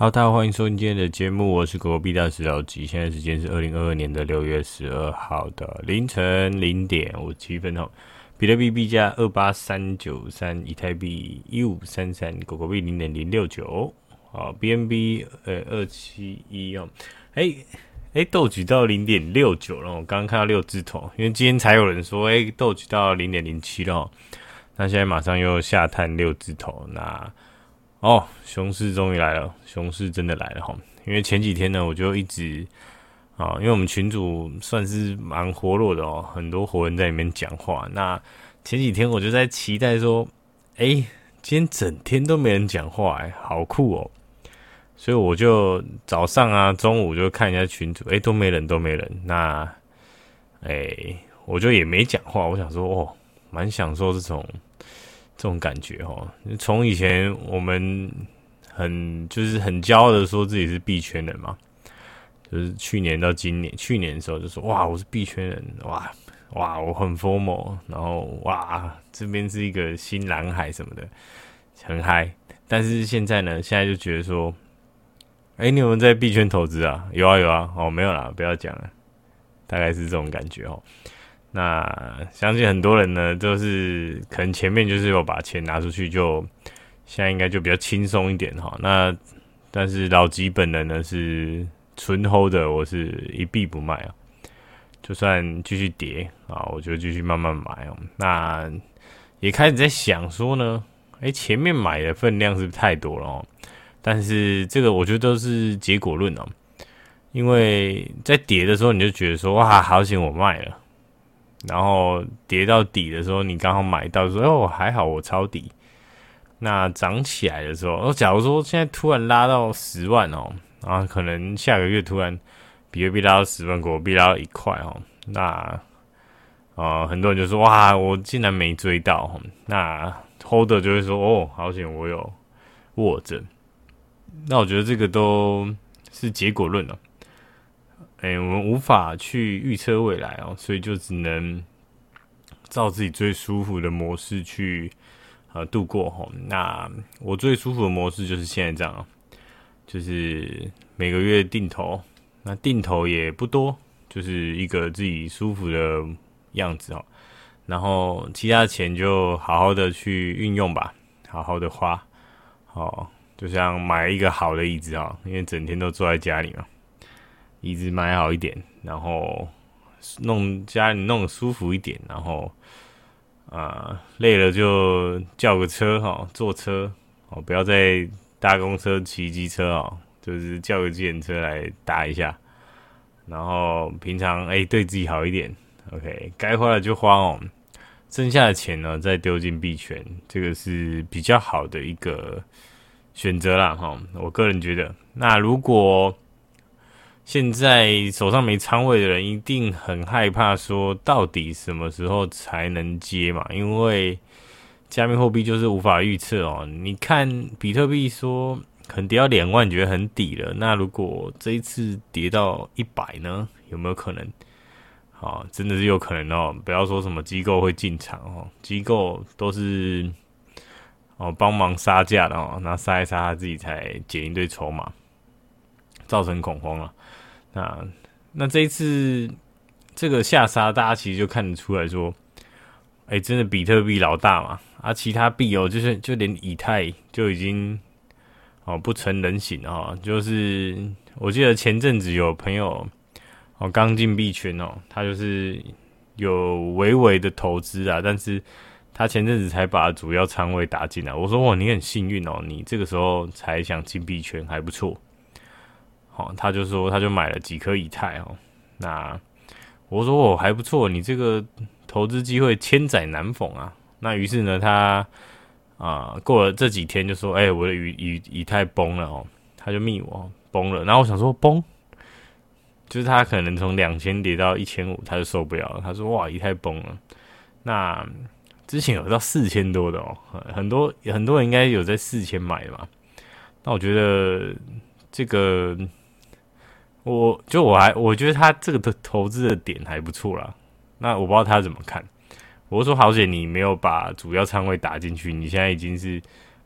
好，大家好，欢迎收听今天的节目，我是狗狗币大师老吉。现在时间是2022年的6月12号的凌晨0:57哦。比特币币价28393，以太币1533，狗狗币0.069，好 ，BNB 271哦。豆举到0.69了，我刚刚看到6字头，因为今天才有人说，豆举到0.07了，那现在马上又下探6字头，那。熊市终于来了，熊市真的来了齁。因为前几天呢，我就一直因为我们群组算是蛮活络的很多活人在里面讲话。那前几天我就在期待说，今天整天都没人讲话，好酷哦。所以我就早上啊、中午就看一下群组，都没人。那我就也没讲话，我想说蛮享受这种感觉从以前我们很骄傲的说自己是币圈人嘛，就是去年到今年，去年的时候就说哇我是币圈人，哇我很 FOMO， 然后哇这边是一个新蓝海什么的，很嗨。但是现在就觉得说，你有没有在币圈投资啊？有啊，没有啦，不要讲了，大概是这种感觉那相信很多人呢，就是可能前面就是有把钱拿出去，就现在应该就比较轻松一点那但是老吉本人呢是纯 hold 的，我是一币不卖就算继续跌我就继续慢慢买那也开始在想说呢，前面买的分量是不是太多了但是这个我觉得都是结果论因为在跌的时候你就觉得说哇好险我卖了。然后跌到底的时候，你刚好买到说还好我抄底。那涨起来的时候，假如说现在突然拉到10万然后可能下个月突然比特币拉到10万，狗币拉到1块那很多人就说哇我竟然没追到那 holder 就会说好险我有握着。那我觉得这个都是结果论我们无法去预测未来所以就只能照自己最舒服的模式去度过那我最舒服的模式就是现在这样就是每个月定投，那定投也不多，就是一个自己舒服的样子然后其他的钱就好好的去运用吧，好好的花就像买一个好的椅子因为整天都坐在家里嘛。椅子买好一点，然后家里弄得舒服一点，然后累了就叫个车坐车不要再搭公车骑机车就是叫个计程车来搭一下。然后平常对自己好一点 ，OK， 该花的就花剩下的钱呢再丢进币圈，这个是比较好的一个选择啦我个人觉得。那如果现在手上没仓位的人一定很害怕说到底什么时候才能接嘛，因为加密货币就是无法预测你看比特币说可能跌到2万觉得很底了，那如果这一次跌到100呢，有没有可能真的是有可能不要说什么机构会进场机构都是帮忙杀价的那杀一杀他自己才捡一堆筹码，造成恐慌了。那这一次这个下杀，大家其实就看得出来说，真的比特币老大嘛其他币就连以太就已经不成人形就是我记得前阵子有朋友刚进币圈他就是有微微的投资但是他前阵子才把主要仓位打进来。我说你很幸运你这个时候才想进币圈，还不错。他就说他就买了几颗以太那我说还不错，你这个投资机会千载难逢那于是呢他过了这几天就说我的以太崩了他就密我崩了。然后我想说崩，就是他可能从2000跌到1500他就受不了了，他说哇以太崩了。那之前有到4000多的很多人应该有在4000买的嘛。那我觉得这个我觉得他这个投资的点还不错啦。那我不知道他怎么看。我说好险你没有把主要仓位打进去，你现在已经是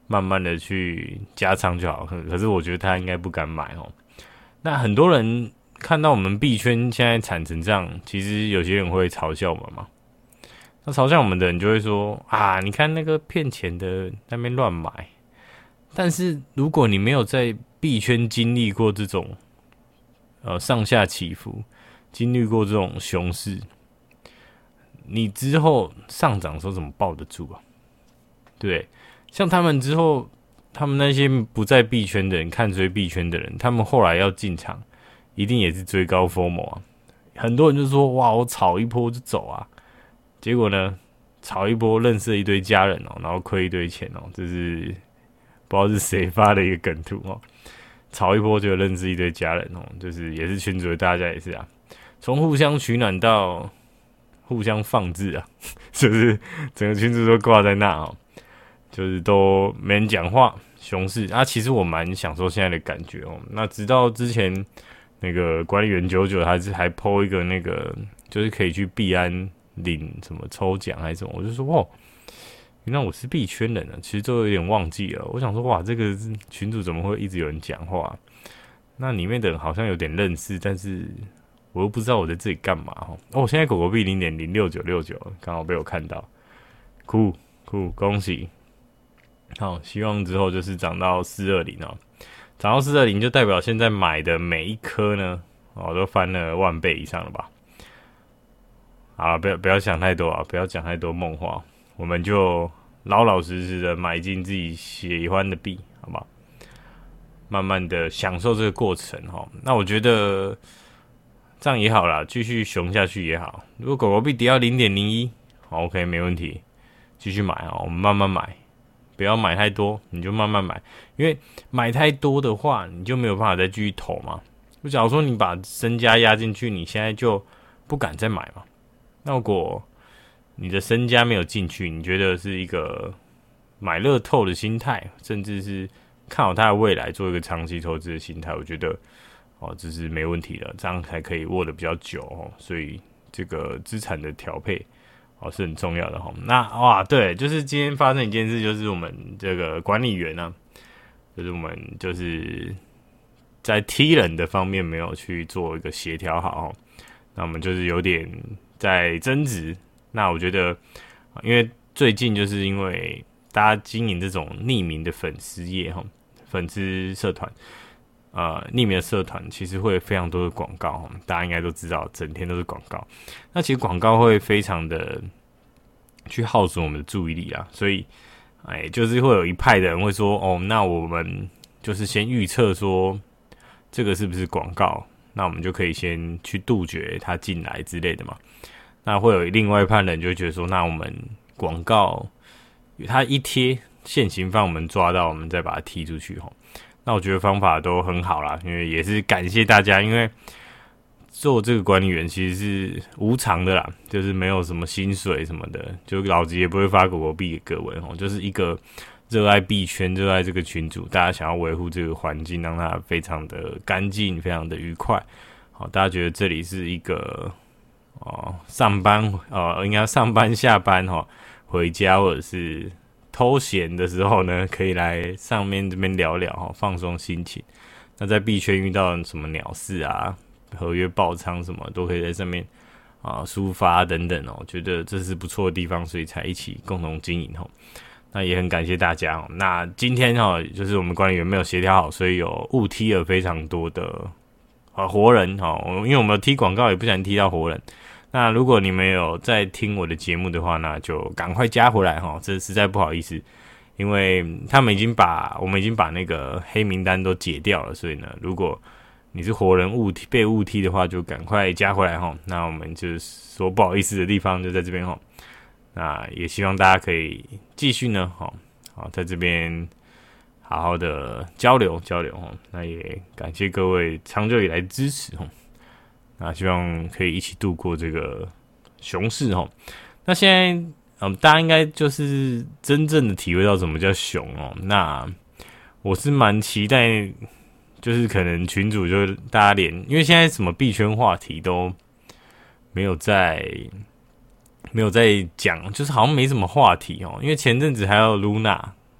慢慢的去加仓就好。可是我觉得他应该不敢买哦。那很多人看到我们币圈现在惨成这样，其实有些人会嘲笑我们嘛。那嘲笑我们的人就会说啊，你看那个骗钱的那边乱买。但是如果你没有在币圈经历过这种上下起伏，经历过这种熊市，你之后上涨的时候怎么抱得住啊？对不对？像他们之后，他们那些不在币圈的人，看追币圈的人，他们后来要进场，一定也是追高 FOMO 啊。很多人就说哇，我炒一波就走啊，结果呢，炒一波认识了一堆家人哦，然后亏一堆钱哦，这是不知道是谁发的一个梗图哦。炒一波就认识一堆家人哦，就是也是群组的大家也是啊，从互相取暖到互相放置啊，就是整个群组都挂在那哦，就是都没人讲话，熊市啊。其实我蛮享受现在的感觉哦。那直到之前那个管理员99还 po 一个那个，就是可以去币安领什么抽奖还是什么，我就说哇。原来我是币圈人啊，其实都有点忘记了。我想说，哇，这个群组怎么会一直有人讲话？那里面的人好像有点认识，但是我又不知道我在这里干嘛哦。现在狗狗币0.06969，刚好被我看到，酷，恭喜！好，希望之后就是涨到420哦，涨到420就代表现在买的每一颗呢，都翻了10000倍以上了吧？好，不要想太多啊，不要讲太多梦话。我们就老老实实的买进自己喜欢的币，好不好？慢慢的享受这个过程哈。那我觉得这样也好啦，继续熊下去也好。如果狗狗币跌到0.01，好 OK 没问题，继续买啊，我们慢慢买，不要买太多，你就慢慢买，因为买太多的话，你就没有办法再继续投嘛。就假如说你把身家压进去，你现在就不敢再买嘛。那如果你的身家没有进去，你觉得是一个买乐透的心态，甚至是看好它的未来做一个长期投资的心态，我觉得这是没问题的，这样才可以握得比较久哦。所以这个资产的调配是很重要的哈。那对，就是今天发生一件事，就是我们这个管理员呢，就是我们就是在踢人的方面没有去做一个协调好，那我们就是有点在争执。那我觉得，因为最近就是因为大家经营这种匿名的粉丝页粉丝社团，匿名的社团其实会有非常多的广告大家应该都知道，整天都是广告。那其实广告会非常的去耗损我们的注意力啊，所以，就是会有一派的人会说，那我们就是先预测说这个是不是广告，那我们就可以先去杜绝它进来之类的嘛。那会有另外一派人就会觉得说，那我们广告它一贴现行犯我们抓到，我们再把它踢出去那我觉得方法都很好啦，因为也是感谢大家，因为做这个管理员其实是无偿的啦，就是没有什么薪水什么的，就老子也不会发狗狗币给各位就是一个热爱币圈、热爱这个群组，大家想要维护这个环境，让它非常的干净、非常的愉快。好，大家觉得这里是一个上班应该上班下班回家或者是偷闲的时候呢，可以来上面这边聊聊放松心情。那在币圈遇到什么鸟事啊、合约爆仓什么，都可以在上面抒发等等我觉得这是不错的地方，所以才一起共同经营那也很感谢大家那今天就是我们管理员没有协调好，所以有误踢了非常多的活人因为我们有踢广告，也不小心踢到活人。那如果你们有在听我的节目的话，那就赶快加回来这实在不好意思，因为我们已经把那个黑名单都解掉了，所以呢，如果你是活人被误踢的话，就赶快加回来那我们就是说不好意思的地方就在这边那也希望大家可以继续呢在这边好好的交流那也感谢各位长久以来支持那希望可以一起度过这个熊市那现在大家应该就是真正的体会到什么叫熊那我是蛮期待，就是可能群组就大家因为现在什么币圈话题都没有在讲，就是好像没什么话题因为前阵子还有 Luna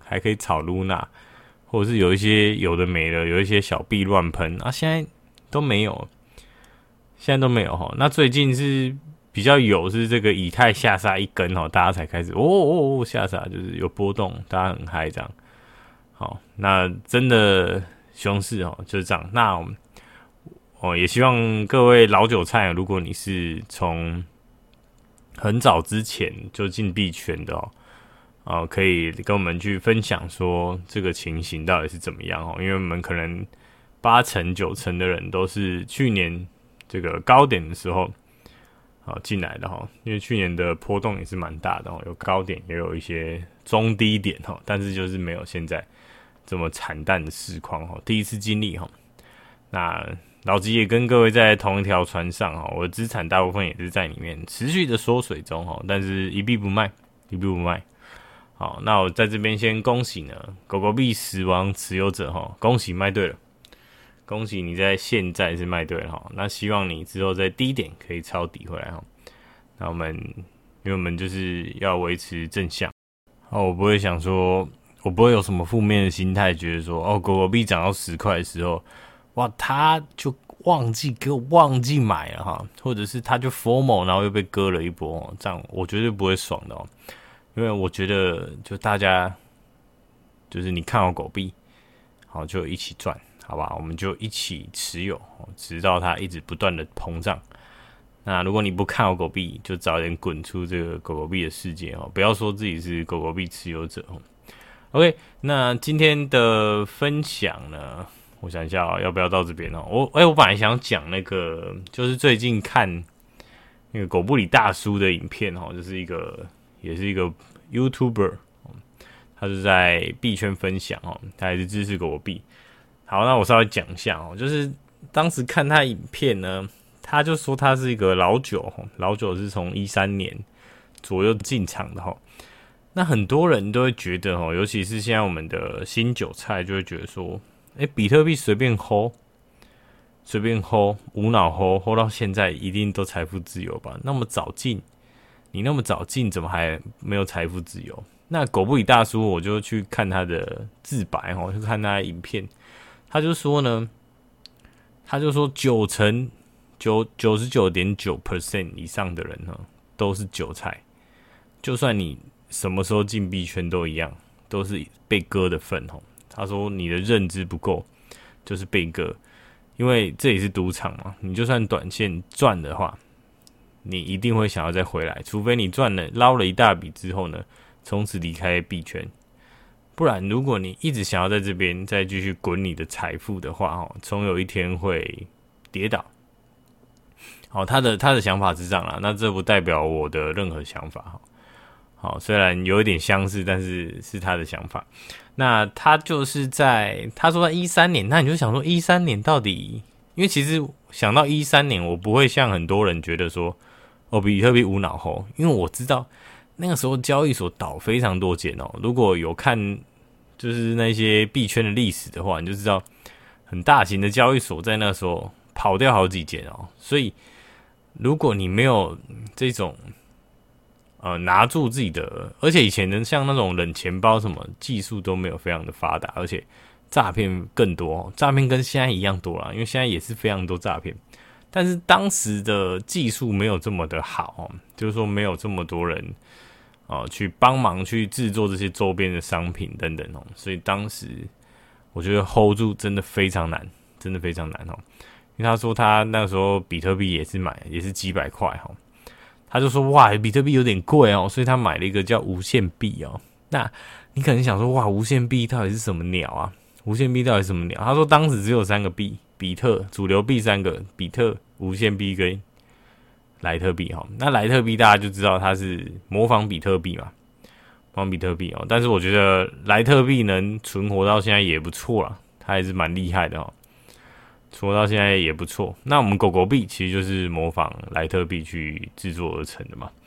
还可以炒 Luna， 或者是有一些有的没的，有一些小币乱喷啊，现在都没有，那最近是比较有是这个以太下杀一根大家才开始下杀，就是有波动，大家很嗨这样。好，那真的熊市就是这样。那我们也希望各位老韭菜，如果你是从很早之前就进币圈的可以跟我们去分享说这个情形到底是怎么样因为我们可能8成9成的人都是去年这个高点的时候进来的因为去年的波动也是蛮大的有高点也有一些中低点但是就是没有现在这么惨淡的市况第一次经历那老吉也跟各位在同一条船上我的资产大部分也是在里面持续的缩水中但是一币不卖。好，那我在这边先恭喜呢狗狗币死亡持有者恭喜卖对了，恭喜你在现在是卖对了那希望你之后在低点可以抄底回来那因为我们就是要维持正向我不会想说，我不会有什么负面的心态，觉得说狗狗币涨到10块的时候，哇，他就给我忘记买了或者是他就 FOMO 然后又被割了一波这样我绝对不会爽的因为我觉得就大家就是你看好狗币好就一起赚好吧，我们就一起持有直到它一直不断的膨胀。那如果你不看好狗币，就早点滚出这个狗狗币的世界不要说自己是狗狗币持有者OK， 那今天的分享呢，我想一下要不要到这边我本来想讲那个，就是最近看那个狗不理大叔的影片就是也是一个 YouTuber， 他是在币圈分享他也是支持狗狗币。好，那我稍微讲一下就是当时看他影片呢，他就说他是一个老九是从13年左右进场的那很多人都会觉得尤其是现在我们的新韭菜就会觉得说比特币随便 hold 无脑 hold 到现在一定都财富自由吧，那么早进你那么早进怎么还没有财富自由？那狗不理大叔我就去看他的自白去看他的影片，他就说99.9% 以上的人都是韭菜，就算你什么时候进币圈都一样，都是被割的份他说你的认知不够，就是被割，因为这也是赌场嘛，你就算短线赚的话，你一定会想要再回来，除非你捞了一大笔之后呢，从此离开币圈。不然，如果你一直想要在这边再继续滚你的财富的话，总有一天会跌倒。好，他的想法是这样啦，那这不代表我的任何想法。好，虽然有一点相似，但是是他的想法。那他就是他说在13年，那你就想说13年到底？因为其实想到13年，我不会像很多人觉得说比特币无脑hold，因为我知道。那个时候交易所倒非常多间如果有看就是那些币圈的历史的话，你就知道很大型的交易所在那时候跑掉好几间所以如果你没有这种拿住自己的，而且以前的像那种冷钱包什么技术都没有非常的发达，而且诈骗更多诈骗跟现在一样多啦，因为现在也是非常多诈骗，但是当时的技术没有这么的好就是说没有这么多人去帮忙去制作这些周边的商品等等所以当时我觉得 hold 住真的非常难，真的非常难因为他说他那个时候比特币也是几百块他就说哇比特币有点贵所以他买了一个叫无限币那你可能想说哇无限币到底是什么鸟啊？无限币到底是什么鸟？他说当时只有3个币，比特主流币3个，比特、无限币跟莱特币那莱特币大家就知道它是模仿比特币嘛，模仿比特币但是我觉得莱特币能存活到现在也不错啦，它也是蛮厉害的存活到现在也不错。那我们狗狗币其实就是模仿莱特币去制作而成的嘛，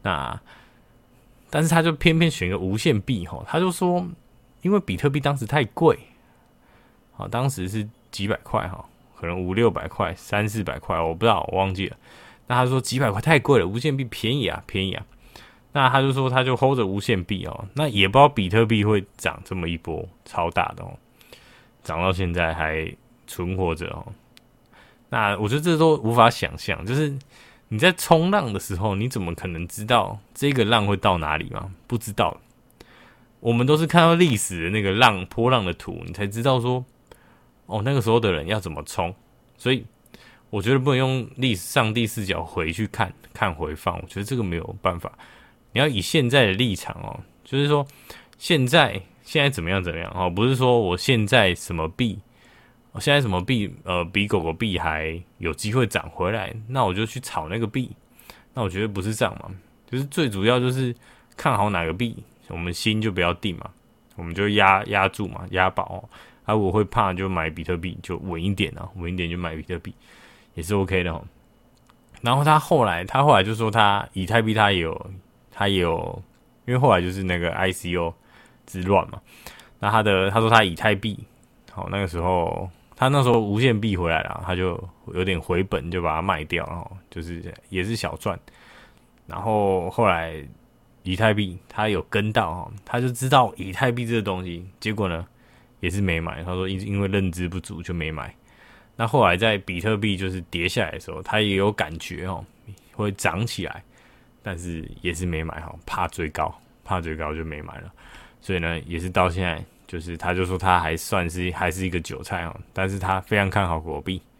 但是他就偏偏选一个无限币他就说因为比特币当时太贵当时是几百块可能500-600块300-400块我不知道我忘记了，那他说几百块太贵了，无限币便宜啊。 那他就说他就 hold 着无限币哦，那也不知道比特币会涨这么一波超大的哦，涨到现在还存活着哦。那我觉得这都无法想象，就是你在冲浪的时候，你怎么可能知道这个浪会到哪里吗？不知道。我们都是看到历史的那个波浪的图，你才知道说，哦，那个时候的人要怎么冲。所以我觉得不能用上帝视角回去看回放，我觉得这个没有办法。你要以现在的立场哦，就是说现在怎么样哦，不是说我现在什么币，现在什么币比狗狗币还有机会涨回来，那我就去炒那个币。那我觉得不是这样嘛，就是最主要就是看好哪个币，我们心就不要定嘛，我们就压住嘛，压宝哦。啊，我会怕就买比特币，就稳一点啊，稳一点就买比特币也是 OK 的哦。然后他后来就说以太币他也有，因为后来就是那个 ICO 之乱嘛。那他说他以太币，好，那个时候他那时候无限币回来了，他就有点回本，就把它卖掉，然后就是也是小赚。然后后来以太币他有跟到，他就知道以太币这个东西，结果呢也是没买。他说因为认知不足就没买。那后来在比特币就是跌下来的时候，他也有感觉会涨起来，但是也是没买，怕追高就没买了。所以呢，也是到现在，就是他就说他还是一个韭菜，但是他非常看好狗币，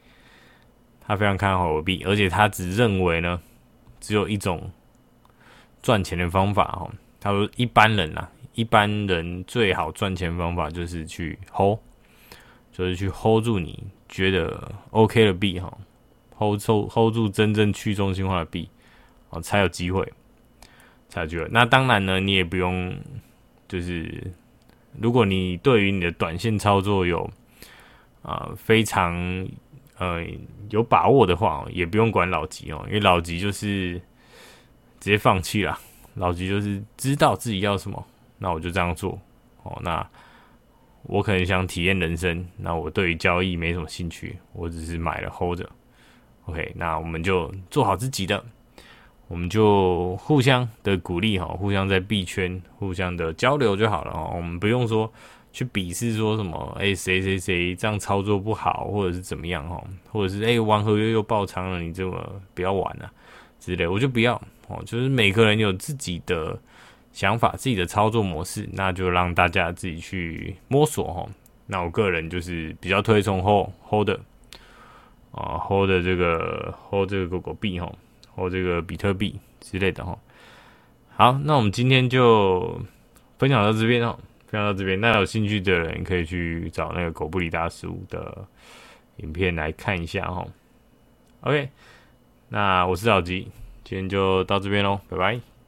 而且他只认为呢，只有一种赚钱的方法他说一般人最好赚钱方法就是去 hold， 就是去 hold 住你觉得 OK 的币hold 住真正去中心化的币才有机会。那当然呢，你也不用就是如果你对于你的短线操作有非常有把握的话，也不用管老吉因为老吉就是直接放弃啦。老吉就是知道自己要什么，那我就这样做那我可能想体验人生，那我对于交易没什么兴趣，我只是买了 hold 着。OK， 那我们就做好自己的，我们就互相的鼓励互相在币圈互相的交流就好了我们不用说去鄙视说什么谁这样操作不好，或者是怎么样或者是玩合约又爆仓了，你这么不要玩了之类，我就不要就是每个人有自己的想法，自己的操作模式，那就让大家自己去摸索那我个人就是比较推崇 hold 的hold 这个狗狗币hold 这个比特币之类的好，那我们今天就分享到这边那有兴趣的人可以去找那个狗不理大15的影片来看一下OK， 那我是老吉，今天就到这边咯，拜拜。